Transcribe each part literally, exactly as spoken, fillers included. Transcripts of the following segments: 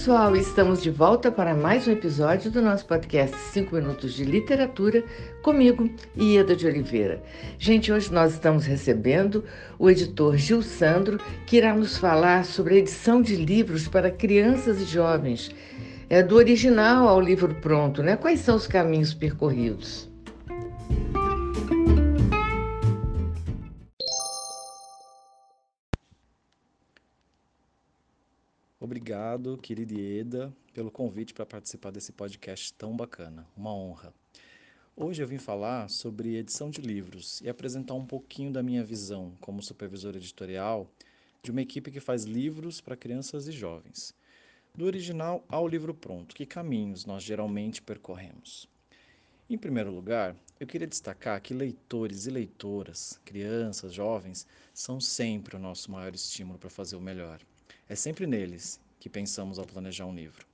pessoal, estamos de volta para mais um episódio do nosso podcast cinco Minutos de Literatura, comigo, Ieda de Oliveira. Gente, hoje nós estamos recebendo o editor Gil Sandro, que irá nos falar sobre a edição de livros para crianças e jovens, é, do original ao livro pronto, né? Quais são os caminhos percorridos? Obrigado, querida Ieda, pelo convite para participar desse podcast tão bacana. Uma honra. Hoje eu vim falar sobre edição de livros e apresentar um pouquinho da minha visão como supervisor editorial de uma equipe que faz livros para crianças e jovens. Do original ao livro pronto, que caminhos nós geralmente percorremos? Em primeiro lugar, eu queria destacar que leitores e leitoras, crianças, jovens, são sempre o nosso maior estímulo para fazer o melhor. É sempre neles que pensamos ao planejar um livro.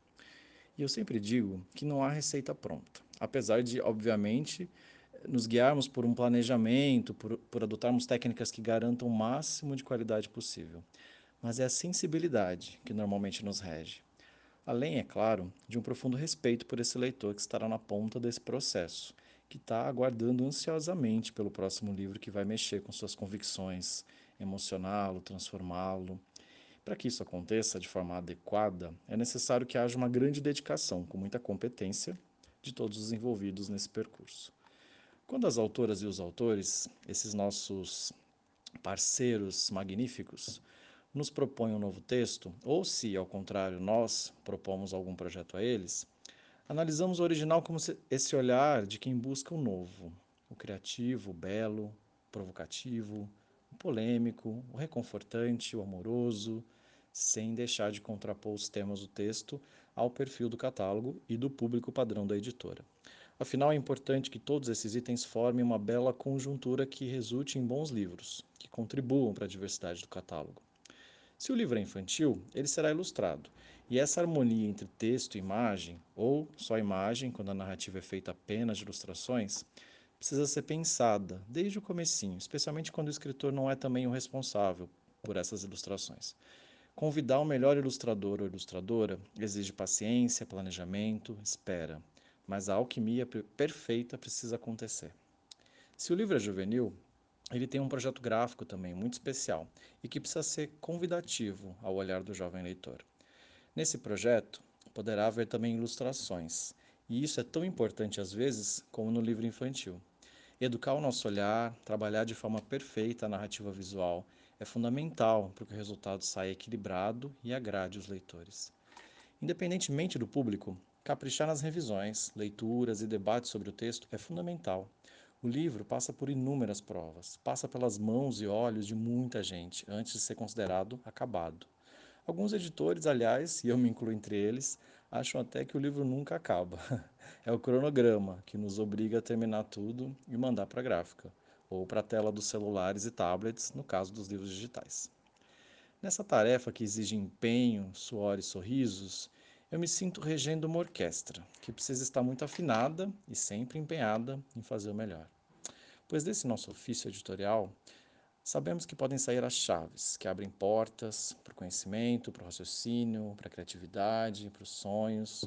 E eu sempre digo que não há receita pronta, apesar de, obviamente, nos guiarmos por um planejamento, por, por adotarmos técnicas que garantam o máximo de qualidade possível. Mas é a sensibilidade que normalmente nos rege. Além, é claro, de um profundo respeito por esse leitor que estará na ponta desse processo, que está aguardando ansiosamente pelo próximo livro que vai mexer com suas convicções, emocioná-lo, transformá-lo. Para que isso aconteça de forma adequada, é necessário que haja uma grande dedicação, com muita competência, de todos os envolvidos nesse percurso. Quando as autoras e os autores, esses nossos parceiros magníficos, nos propõem um novo texto, ou se, ao contrário, nós propomos algum projeto a eles, analisamos o original como esse olhar de quem busca o novo, o criativo, o belo, o provocativo, o polêmico, o reconfortante, o amoroso, sem deixar de contrapor os temas do texto ao perfil do catálogo e do público padrão da editora. Afinal, é importante que todos esses itens formem uma bela conjuntura que resulte em bons livros, que contribuam para a diversidade do catálogo. Se o livro é infantil, ele será ilustrado, e essa harmonia entre texto e imagem, ou só imagem, quando a narrativa é feita apenas de ilustrações, precisa ser pensada desde o comecinho, especialmente quando o escritor não é também o responsável por essas ilustrações. Convidar o melhor ilustrador ou ilustradora exige paciência, planejamento, espera, mas a alquimia perfeita precisa acontecer. Se o livro é juvenil, ele tem um projeto gráfico também muito especial e que precisa ser convidativo ao olhar do jovem leitor. Nesse projeto, poderá haver também ilustrações, e isso é tão importante às vezes como no livro infantil. Educar o nosso olhar, trabalhar de forma perfeita a narrativa visual é fundamental para que o resultado saia equilibrado e agrade os leitores. Independentemente do público, caprichar nas revisões, leituras e debates sobre o texto é fundamental. O livro passa por inúmeras provas, passa pelas mãos e olhos de muita gente antes de ser considerado acabado. Alguns editores, aliás, e eu me incluo entre eles, acham até que o livro nunca acaba. É o cronograma que nos obriga a terminar tudo e mandar para a gráfica, ou para a tela dos celulares e tablets, no caso dos livros digitais. Nessa tarefa que exige empenho, suor e sorrisos, eu me sinto regendo uma orquestra, que precisa estar muito afinada e sempre empenhada em fazer o melhor. Pois desse nosso ofício editorial, sabemos que podem sair as chaves, que abrem portas para o conhecimento, para o raciocínio, para a criatividade, para os sonhos.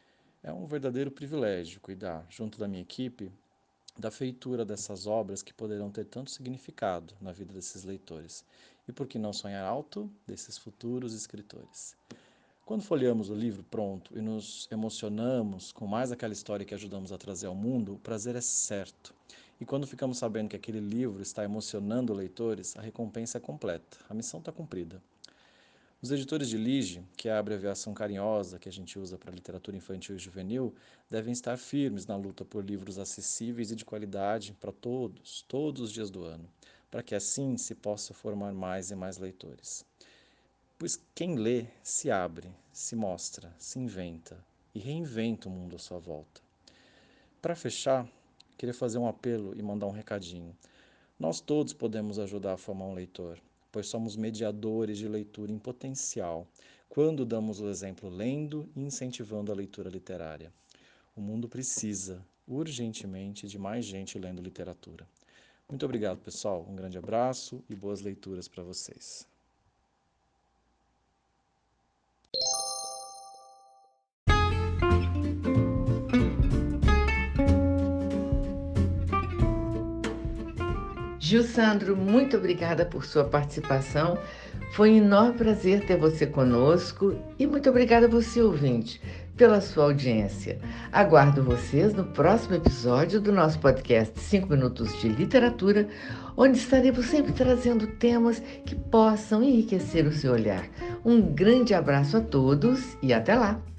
É um verdadeiro privilégio cuidar, junto da minha equipe, da feitura dessas obras que poderão ter tanto significado na vida desses leitores. E por que não sonhar alto desses futuros escritores? Quando folheamos o livro pronto e nos emocionamos com mais aquela história que ajudamos a trazer ao mundo, o prazer é certo. E quando ficamos sabendo que aquele livro está emocionando leitores, a recompensa é completa, a missão está cumprida. Os editores de Lige, que é a abreviação carinhosa que a gente usa para literatura infantil e juvenil, devem estar firmes na luta por livros acessíveis e de qualidade para todos, todos os dias do ano, para que assim se possa formar mais e mais leitores. Pois quem lê se abre, se mostra, se inventa e reinventa o mundo à sua volta. Para fechar, queria fazer um apelo e mandar um recadinho. Nós todos podemos ajudar a formar um leitor, pois somos mediadores de leitura em potencial, quando damos o exemplo lendo e incentivando a leitura literária. O mundo precisa, urgentemente, de mais gente lendo literatura. Muito obrigado, pessoal. Um grande abraço e boas leituras para vocês. Gil Sandro, muito obrigada por sua participação. Foi um enorme prazer ter você conosco e muito obrigada a você, ouvinte, pela sua audiência. Aguardo vocês no próximo episódio do nosso podcast cinco Minutos de Literatura, onde estaremos sempre trazendo temas que possam enriquecer o seu olhar. Um grande abraço a todos e até lá!